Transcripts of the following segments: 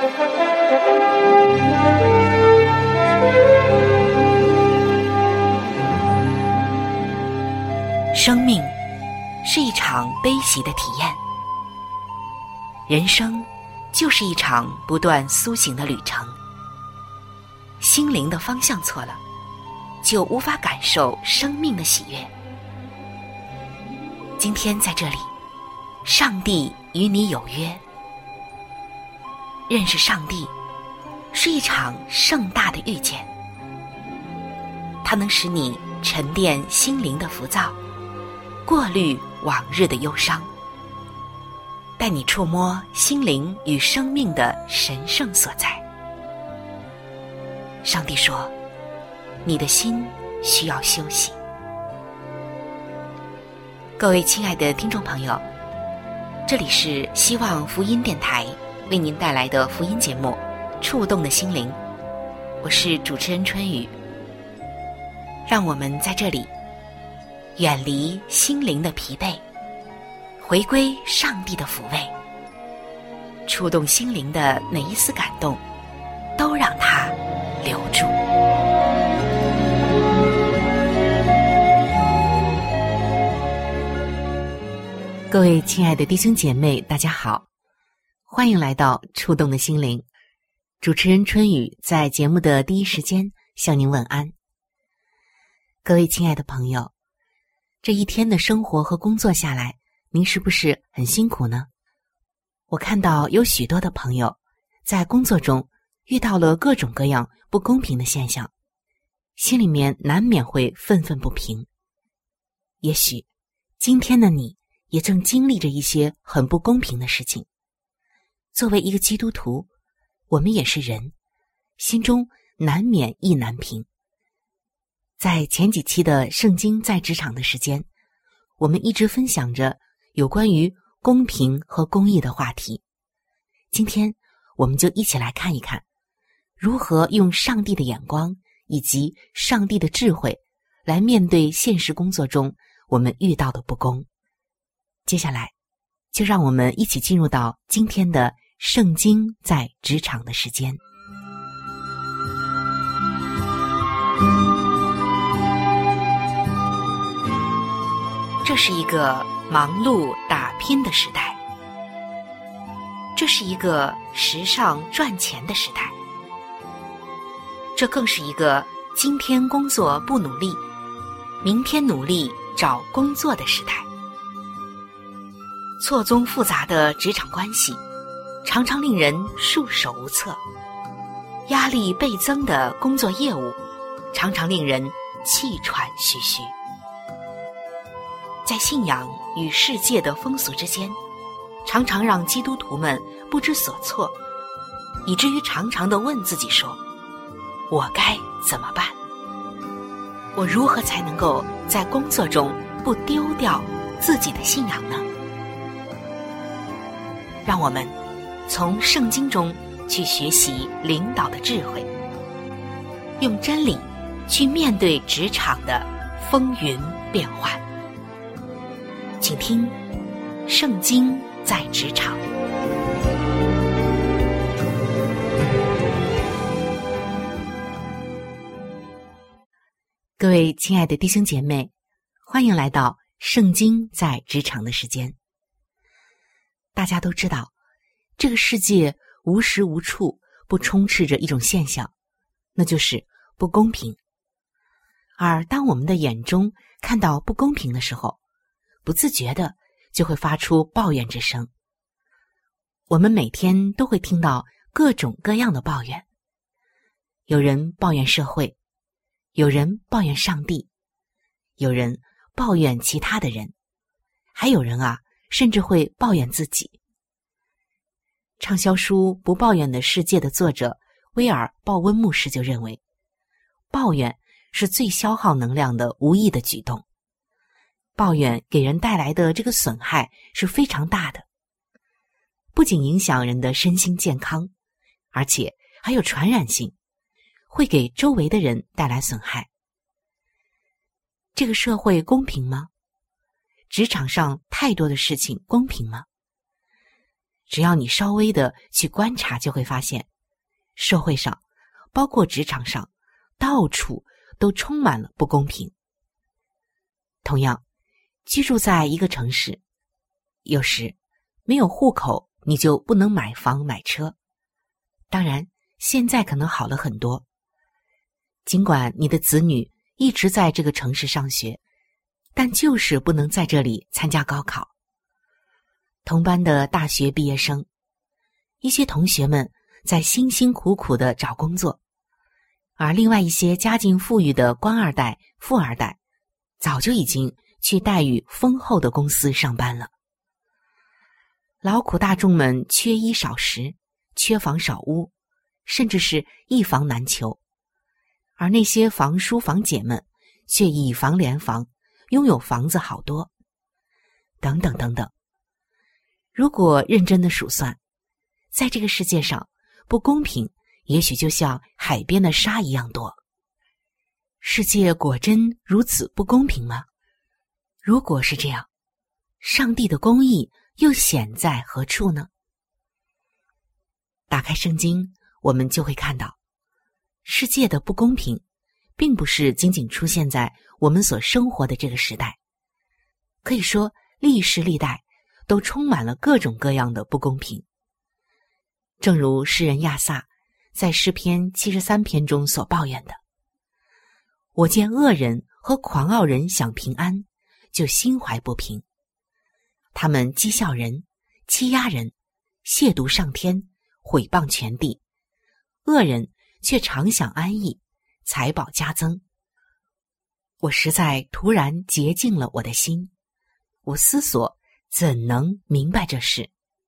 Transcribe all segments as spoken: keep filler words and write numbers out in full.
生命是一场悲喜的体验，人生就是一场不断苏醒的旅程。心灵的方向错了，就无法感受生命的喜悦。今天在这里，上帝与你有约。认识上帝是一场盛大的遇见，它能使你沉淀心灵的浮躁，过滤往日的忧伤，带你触摸心灵与生命的神圣所在。上帝说，你的心需要休息。各位亲爱的听众朋友，这里是希望福音电台为您带来的福音节目《触动的心灵》，我是主持人春雨。让我们在这里远离心灵的疲惫，回归上帝的抚慰，触动心灵的每一丝感动，都让它留住。各位亲爱的弟兄姐妹，大家好，欢迎来到触动的心灵。主持人春雨在节目的第一时间向您问安。各位亲爱的朋友，这一天的生活和工作下来，您是不是很辛苦呢？我看到有许多的朋友在工作中遇到了各种各样不公平的现象，心里面难免会愤愤不平。也许今天的你也正经历着一些很不公平的事情。作为一个基督徒，我们也是人，心中难免意难平。在前几期的圣经在职场的时间，我们一直分享着有关于公平和公义的话题。今天我们就一起来看一看，如何用上帝的眼光以及上帝的智慧来面对现实工作中我们遇到的不公。接下来就让我们一起进入到今天的圣经在职场的时间。这是一个忙碌打拼的时代，这是一个时尚赚钱的时代，这更是一个今天工作不努力，明天努力找工作的时代。错综复杂的职场关系常常令人束手无策，压力倍增的工作业务常常令人气喘吁吁。在信仰与世界的风俗之间，常常让基督徒们不知所措，以至于常常地问自己说，我该怎么办？我如何才能够在工作中不丢掉自己的信仰呢？让我们从圣经中去学习领导的智慧，用真理去面对职场的风云变幻。请听圣经在职场。各位亲爱的弟兄姐妹，欢迎来到圣经在职场的时间。大家都知道，这个世界无时无处不充斥着一种现象，那就是不公平。而当我们的眼中看到不公平的时候，不自觉的就会发出抱怨之声。我们每天都会听到各种各样的抱怨，有人抱怨社会，有人抱怨上帝，有人抱怨其他的人，还有人啊，甚至会抱怨自己。畅销书《不抱怨的世界》的作者威尔·鲍温牧师就认为，抱怨是最消耗能量的无益的举动。抱怨给人带来的这个损害是非常大的，不仅影响人的身心健康，而且还有传染性，会给周围的人带来损害。这个社会公平吗？职场上太多的事情公平吗？ 只要你稍微的去观察，就会发现，社会上，包括职场上，到处都充满了不公平。同样，居住在一个城市，有时没有户口，你就不能买房买车。当然，现在可能好了很多。尽管你的子女一直在这个城市上学，但就是不能在这里参加高考。同班的大学毕业生，一些同学们在辛辛苦苦地找工作，而另外一些家境富裕的官二代、富二代，早就已经去待遇丰厚的公司上班了。劳苦大众们缺衣少食，缺房少屋，甚至是一房难求，而那些房叔房姐们却以房连房，拥有房子好多，等等等等。如果认真的数算，在这个世界上，不公平也许就像海边的沙一样多。世界果真如此不公平吗？如果是这样，上帝的公义又显在何处呢？打开圣经，我们就会看到，世界的不公平并不是仅仅出现在我们所生活的这个时代，可以说历世历代都充满了各种各样的不公平。正如诗人亚萨在诗篇七十三篇中所抱怨的，我见恶人和狂傲人享平安，就心怀不平。他们讥笑人，欺压人，亵渎上天，毁谤全地。恶人却常享安逸，财宝加增。我实在突然洁净了我的心，我思索怎能明白这事。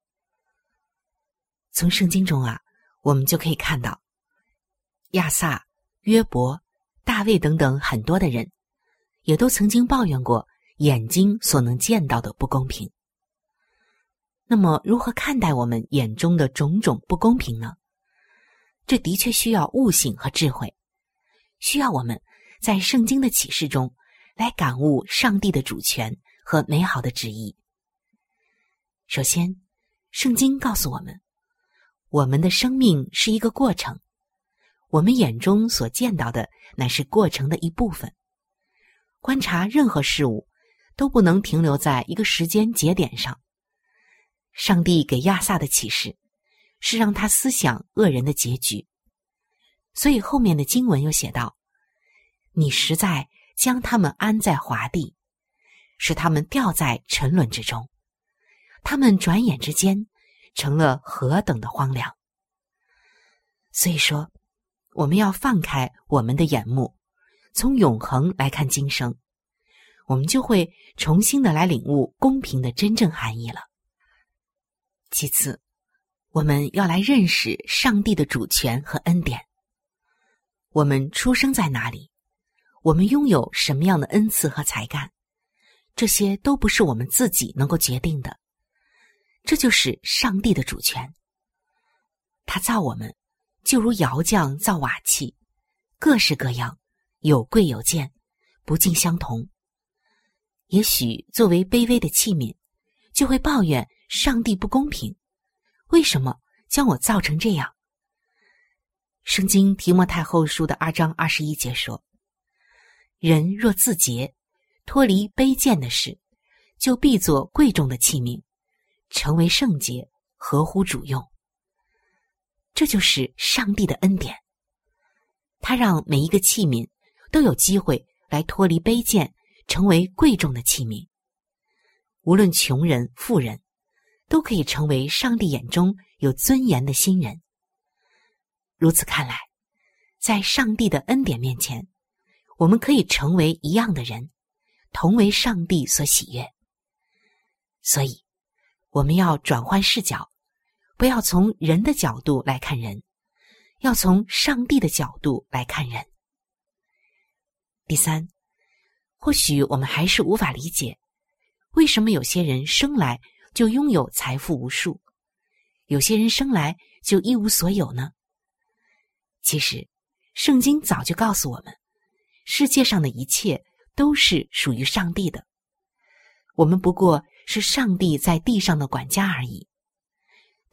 从圣经中啊，我们就可以看到，亚萨、约伯、大卫等等很多的人，也都曾经抱怨过眼睛所能见到的不公平。那么，如何看待我们眼中的种种不公平呢？这的确需要悟性和智慧，需要我们在圣经的启示中来感悟上帝的主权和美好的旨意。首先，圣经告诉我们，我们的生命是一个过程，我们眼中所见到的乃是过程的一部分。观察任何事物都不能停留在一个时间节点上。上帝给亚萨的启示是让他思想恶人的结局，所以后面的经文又写道，你实在将他们安在华地，使他们掉在沉沦之中，他们转眼之间成了何等的荒凉。所以说，我们要放开我们的眼目，从永恒来看今生，我们就会重新的来领悟公平的真正含义了。其次，我们要来认识上帝的主权和恩典。我们出生在哪里？我们拥有什么样的恩赐和才干？这些都不是我们自己能够决定的，这就是上帝的主权。他造我们，就如窑匠造瓦器，各式各样，有贵有贱，不尽相同。也许作为卑微的器皿，就会抱怨上帝不公平，为什么将我造成这样？圣经提摩太后书的二章二十一节说，人若自洁，脱离卑贱的事，就必作贵重的器皿，成为圣洁，合乎主用。这就是上帝的恩典，他让每一个器皿都有机会来脱离卑贱，成为贵重的器皿。无论穷人富人，都可以成为上帝眼中有尊严的新人。如此看来，在上帝的恩典面前，我们可以成为一样的人，同为上帝所喜悦。所以，我们要转换视角，不要从人的角度来看人，要从上帝的角度来看人。第三，或许我们还是无法理解，为什么有些人生来就拥有财富无数，有些人生来就一无所有呢？其实，圣经早就告诉我们，世界上的一切都是属于上帝的，我们不过是上帝在地上的管家而已。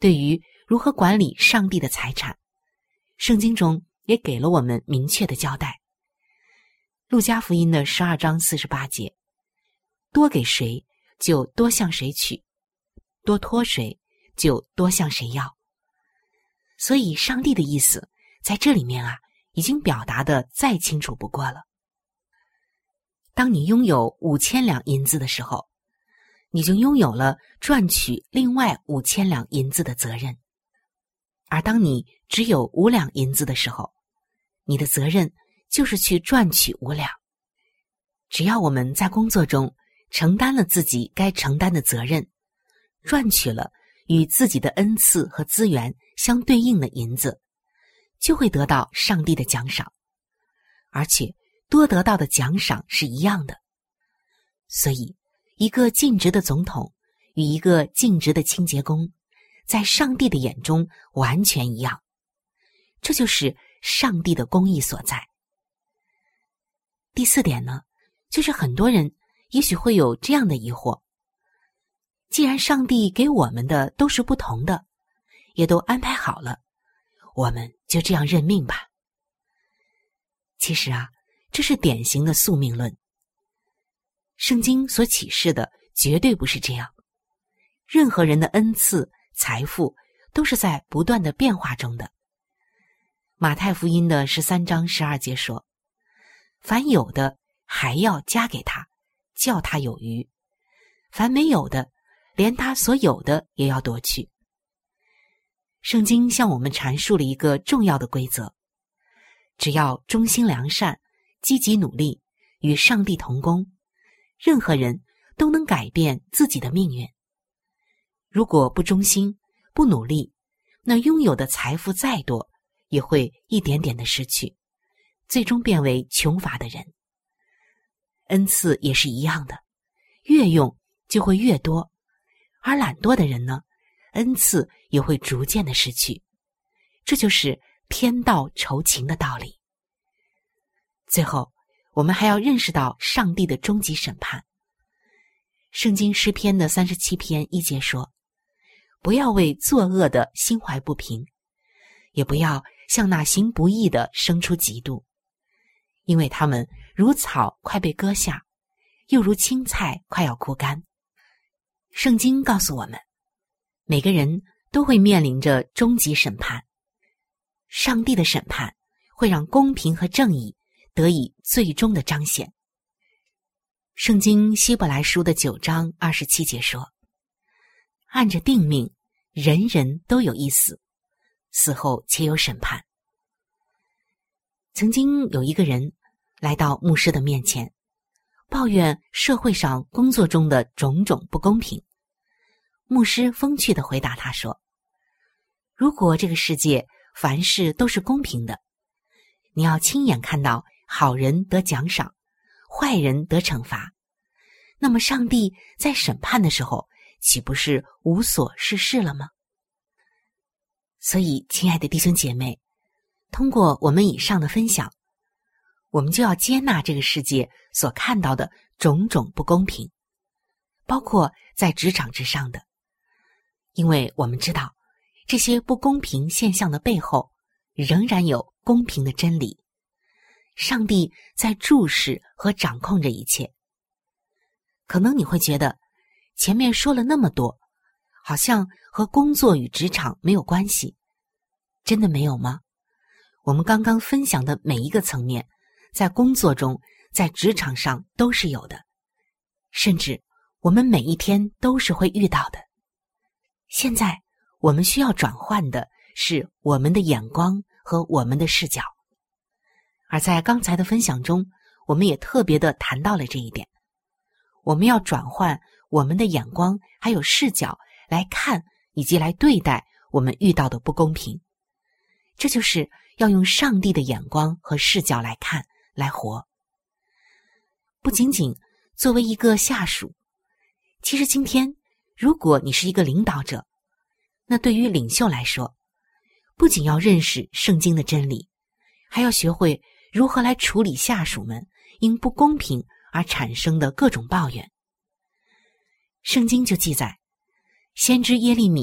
对于如何管理上帝的财产，圣经中也给了我们明确的交代。路加福音的十二章四十八节，多给谁就多向谁取，多托谁就多向谁要。所以上帝的意思在这里面啊，已经表达得再清楚不过了。当你拥有五千两银子的时候，你就拥有了赚取另外五千两银子的责任。而当你只有五两银子的时候，你的责任就是去赚取五两。只要我们在工作中承担了自己该承担的责任，赚取了与自己的恩赐和资源相对应的银子，就会得到上帝的奖赏，而且多得到的奖赏是一样的。所以一个尽职的总统与一个尽职的清洁工，在上帝的眼中完全一样，这就是上帝的公义所在。第四点呢，就是很多人也许会有这样的疑惑，既然上帝给我们的都是不同的，也都安排好了，我们就这样认命吧。其实啊，这是典型的宿命论。圣经所启示的绝对不是这样。任何人的恩赐、财富都是在不断的变化中的。马太福音的十三章十二节说，凡有的还要加给他，叫他有余；凡没有的，连他所有的也要夺去。圣经向我们阐述了一个重要的规则，只要忠心良善，积极努力，与上帝同工，任何人都能改变自己的命运。如果不忠心，不努力，那拥有的财富再多，也会一点点的失去，最终变为穷乏的人。恩赐也是一样的，越用就会越多，而懒惰的人呢，恩赐也会逐渐的失去。这就是天道酬勤的道理。最后，我们还要认识到上帝的终极审判。圣经诗篇的三十七篇一节说，不要为作恶的心怀不平，也不要向那行不义的生出嫉妒，因为他们如草快被割下，又如青菜快要枯干。圣经告诉我们，每个人都会面临着终极审判。上帝的审判会让公平和正义得以最终的彰显。圣经希伯来书的九章二十七节说，按着定命，人人都有一死，死后且有审判。曾经有一个人来到牧师的面前，抱怨社会上工作中的种种不公平。牧师风趣地回答他说，如果这个世界凡事都是公平的，你要亲眼看到好人得奖赏，坏人得惩罚，那么上帝在审判的时候，岂不是无所事事了吗？所以，亲爱的弟兄姐妹，通过我们以上的分享，我们就要接纳这个世界所看到的种种不公平，包括在职场之上的。因为我们知道，这些不公平现象的背后，仍然有公平的真理。上帝在注视和掌控着一切。可能你会觉得，前面说了那么多，好像和工作与职场没有关系。真的没有吗？我们刚刚分享的每一个层面，在工作中，在职场上都是有的，甚至我们每一天都是会遇到的。现在我们需要转换的是我们的眼光和我们的视角。而在刚才的分享中，我们也特别的谈到了这一点。我们要转换我们的眼光还有视角来看以及来对待我们遇到的不公平。这就是要用上帝的眼光和视角来看来活。不仅仅作为一个下属，其实今天如果你是一个领导者，那对于领袖来说，不仅要认识圣经的真理，还要学会如何来处理下属们因不公平而产生的各种抱怨。圣经就记载，先知耶利米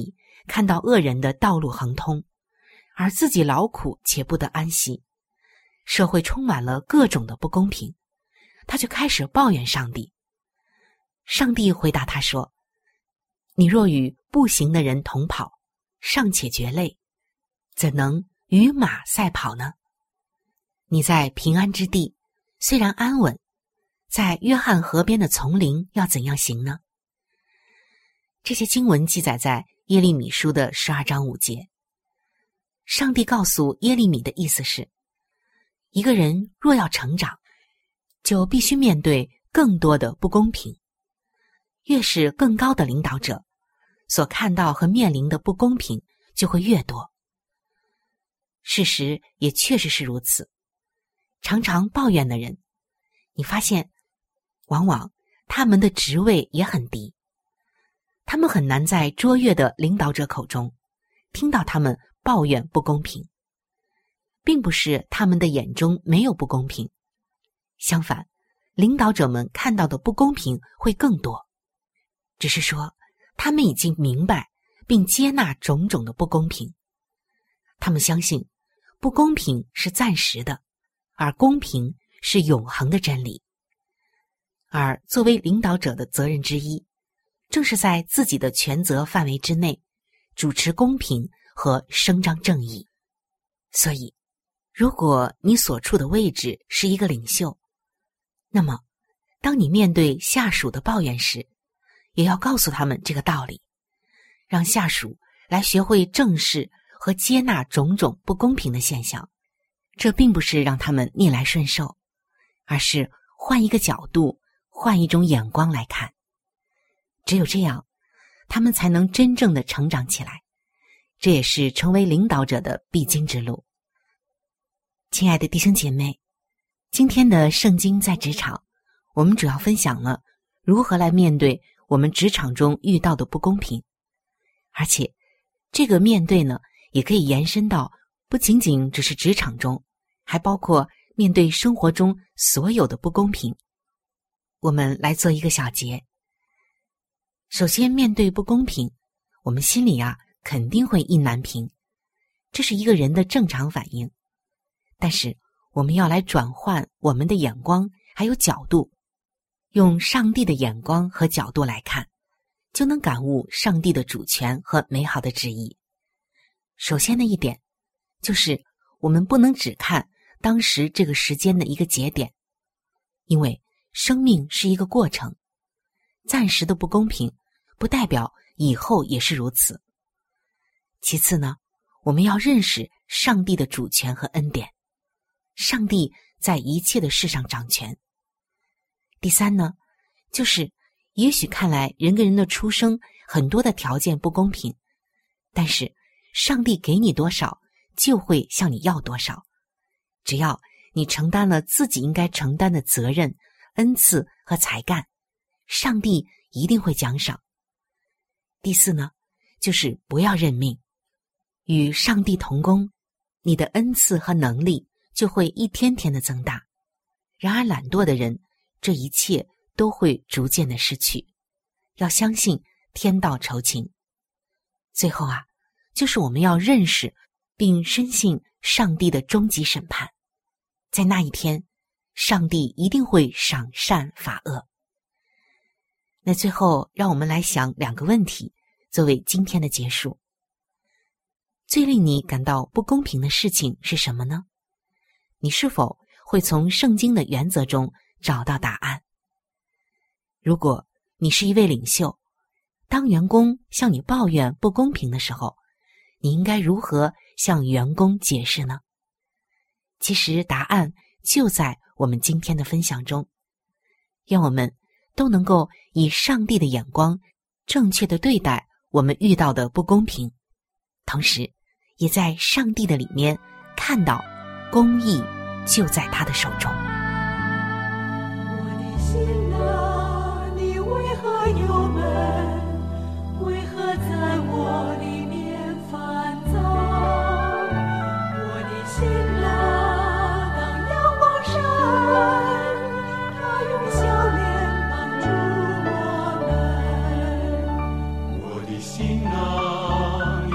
看到恶人的道路亨通，而自己劳苦且不得安息，社会充满了各种的不公平，他就开始抱怨上帝。上帝回答他说：你若与步行的人同跑，尚且觉累，怎能与马赛跑呢？你在平安之地虽然安稳，在约翰河边的丛林要怎样行呢？这些经文记载在耶利米书的十二章五节。上帝告诉耶利米的意思是，一个人若要成长，就必须面对更多的不公平。越是更高的领导者，所看到和面临的不公平就会越多。事实也确实是如此。常常抱怨的人，你发现往往他们的职位也很低，他们很难在卓越的领导者口中听到他们抱怨不公平。并不是他们的眼中没有不公平，相反，领导者们看到的不公平会更多，只是说他们已经明白并接纳种种的不公平。他们相信不公平是暂时的，而公平是永恒的真理。而作为领导者的责任之一，正是在自己的权责范围之内主持公平和伸张正义。所以如果你所处的位置是一个领袖，那么当你面对下属的抱怨时，也要告诉他们这个道理，让下属来学会正视和接纳种种不公平的现象。这并不是让他们逆来顺受，而是换一个角度，换一种眼光来看。只有这样，他们才能真正的成长起来，这也是成为领导者的必经之路。亲爱的弟兄姐妹，今天的圣经在职场，我们主要分享了如何来面对我们职场中遇到的不公平，而且这个面对呢，也可以延伸到不仅仅只是职场中，还包括面对生活中所有的不公平。我们来做一个小结。首先，面对不公平，我们心里啊肯定会意难平，这是一个人的正常反应。但是我们要来转换我们的眼光还有角度，用上帝的眼光和角度来看，就能感悟上帝的主权和美好的旨意。首先的一点就是我们不能只看当时这个时间的一个节点，因为生命是一个过程，暂时的不公平不代表以后也是如此。其次呢，我们要认识上帝的主权和恩典，上帝在一切的事上掌权。第三呢，就是也许看来人跟人的出生很多的条件不公平，但是上帝给你多少就会向你要多少，只要你承担了自己应该承担的责任、恩赐和才干，上帝一定会奖赏。第四呢，就是不要认命，与上帝同工，你的恩赐和能力就会一天天的增大。然而懒惰的人，这一切都会逐渐的失去。要相信天道酬勤。最后啊，就是我们要认识并深信上帝的终极审判，在那一天，上帝一定会赏善罚恶。那最后让我们来想两个问题，作为今天的结束。最令你感到不公平的事情是什么呢？你是否会从圣经的原则中找到答案？如果你是一位领袖，当员工向你抱怨不公平的时候，你应该如何向员工解释呢？其实答案就在我们今天的分享中。愿我们都能够以上帝的眼光正确地对待我们遇到的不公平，同时也在上帝的里面看到公义就在他的手中。 我的心啊，你为何忧闷？为何在我里面烦躁？我的心啊，当阳光闪，它用笑脸帮助我们。 我的心啊，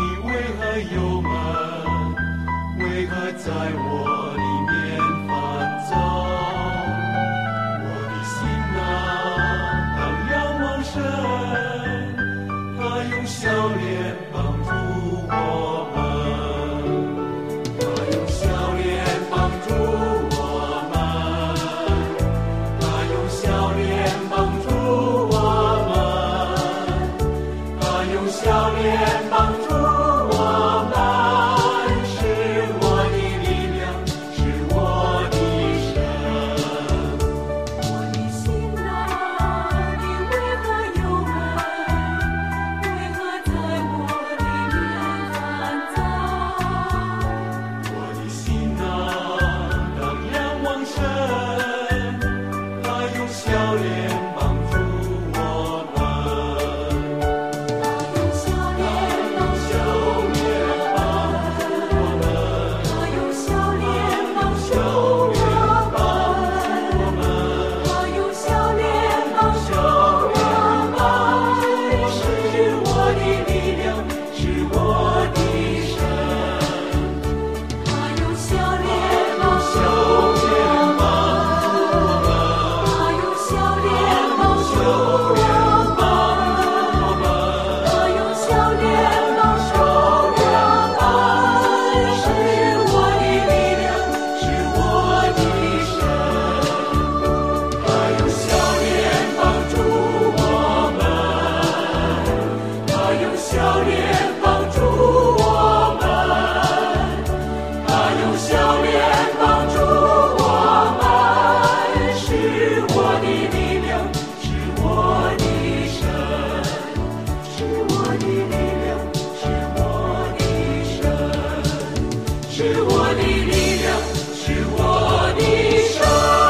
何忧闷？为何在我里面烦躁？我的心啊，当仰望神，他用笑脸帮助我们，他用笑脸帮助我们，他用笑脸帮助我们，他用笑脸帮助我们，是我的力量，是我的神。我的心啊，你为何忧闷？为何在我里面烦躁？我的心啊，当仰望神，他用笑脸帮助我们，他用笑脸帮助我们，他用笑脸帮助我们，他用笑脸帮助我们，是我的力量，是我的神。他用笑脸帮助我们，他用笑脸帮助我们，他用笑脸帮助我们，是我的力量，是我的神。他用笑脸帮助我们，他用笑脸帮助我们，他用笑脸帮助我们，是我的力量，是我的神，是我的力量，是我的神，是我的力量，是我的神。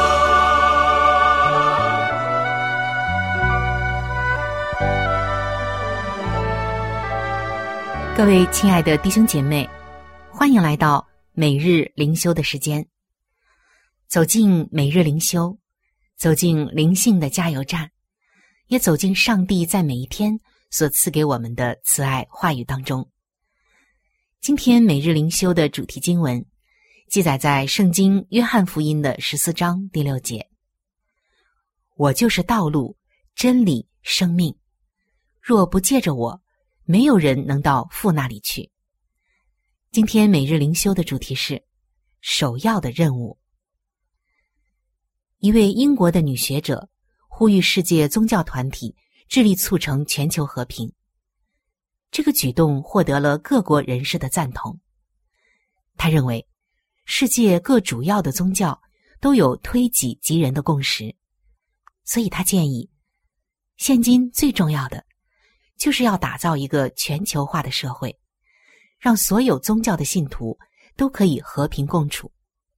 各位亲爱的弟兄姐妹，欢迎来到每日灵修的时间。走进每日灵修，走进灵性的加油站，也走进上帝在每一天所赐给我们的慈爱话语当中。今天每日灵修的主题经文记载在圣经约翰福音的十四章第六节：我就是道路、真理、生命，若不借着我，没有人能到父那里去。今天每日灵修的主题是首要的任务。一位英国的女学者呼吁世界宗教团体致力促成全球和平。这个举动获得了各国人士的赞同。他认为世界各主要的宗教都有推己及人的共识，所以他建议现今最重要的就是要打造一个全球化的社会，让所有宗教的信徒都可以和平共处。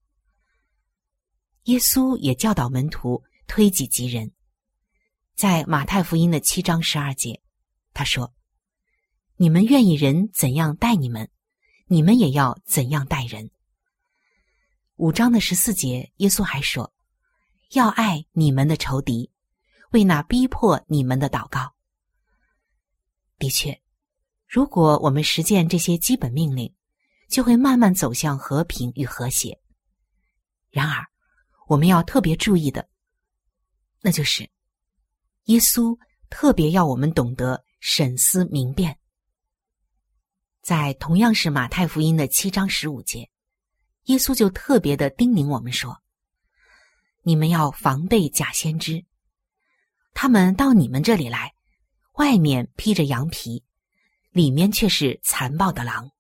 耶稣也教导门徒推己及人。在马太福音的七章十二节，他说：你们愿意人怎样待你们，你们也要怎样待人。五章的十四节，耶稣还说：要爱你们的仇敌，为那逼迫你们的祷告。的确，如果我们实践这些基本命令，就会慢慢走向和平与和谐。然而，我们要特别注意的，那就是耶稣特别要我们懂得审思明辨。在同样是马太福音的七章十五节，耶稣就特别的叮咛我们说：你们要防备假先知，他们到你们这里来，外面披着羊皮，里面却是残暴的狼。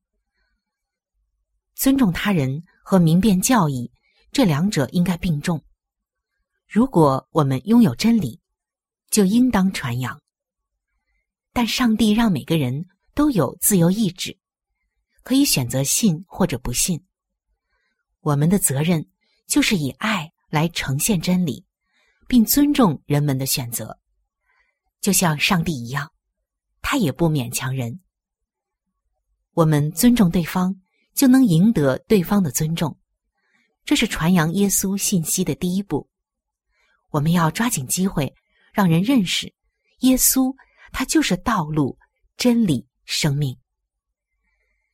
尊重他人和明辨教义，这两者应该并重。如果我们拥有真理，就应当传扬。但上帝让每个人都有自由意志，可以选择信或者不信。我们的责任就是以爱来呈现真理，并尊重人们的选择。就像上帝一样，他也不勉强人。我们尊重对方，就能赢得对方的尊重。这是传扬耶稣信息的第一步。我们要抓紧机会，让人认识耶稣，他就是道路、真理、生命。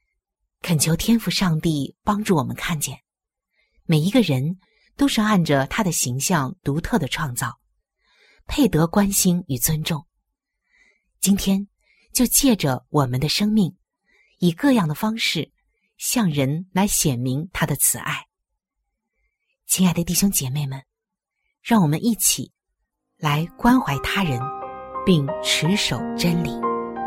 恳求天父上帝帮助我们看见，每一个人都是按着他的形象独特的创造，配得关心与尊重。今天就借着我们的生命，以各样的方式向人来显明他的慈爱。亲爱的弟兄姐妹们，让我们一起来关怀他人，并持守真理。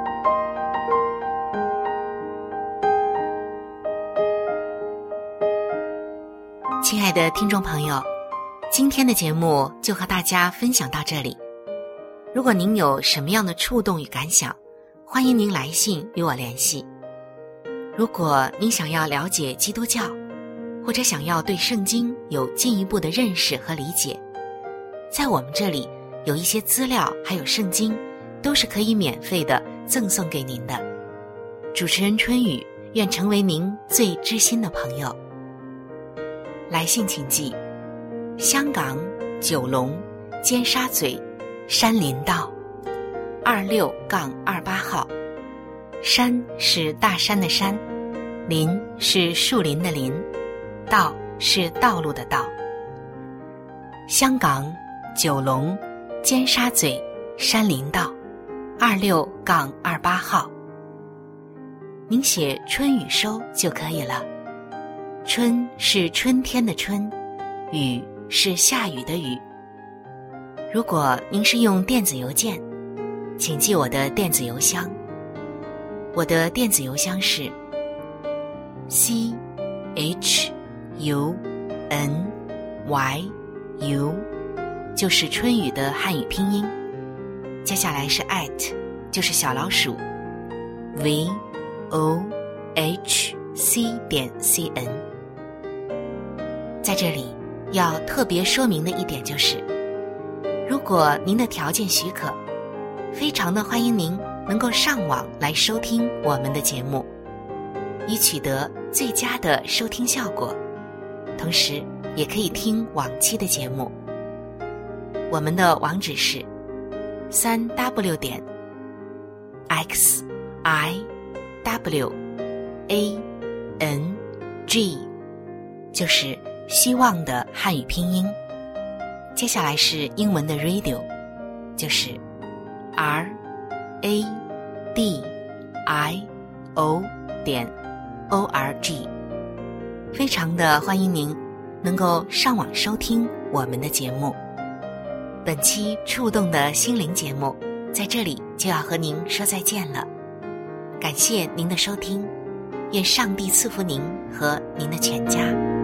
亲爱的听众朋友，今天的节目就和大家分享到这里。如果您有什么样的触动与感想，欢迎您来信与我联系。如果您想要了解基督教，或者想要对圣经有进一步的认识和理解，在我们这里有一些资料还有圣经都是可以免费的赠送给您的。主持人春雨愿成为您最知心的朋友。来信请寄香港九龙尖沙咀山林道二六杠二八号，山是大山的山，林是树林的林，道是道路的道。香港九龙尖沙咀山林道二六杠二八号，您写春雨收就可以了。春是春天的春，雨是下雨的雨。如果您是用电子邮件，请记我的电子邮箱。我的电子邮箱是 c h u n y u， 就是春雨的汉语拼音，接下来是 at， 就是小老鼠 v o h c 点 c n。在这里要特别说明的一点就是，如果您的条件许可，非常的欢迎您能够上网来收听我们的节目，以取得最佳的收听效果，同时也可以听往期的节目。我们的网址是 三 w 点 x i w a n g， 就是希望的汉语拼音，接下来是英文的 radio， 就是 r a d i o 点 o r g。 非常的欢迎您能够上网收听我们的节目。本期触动的心灵节目在这里就要和您说再见了，感谢您的收听，愿上帝赐福您和您的全家。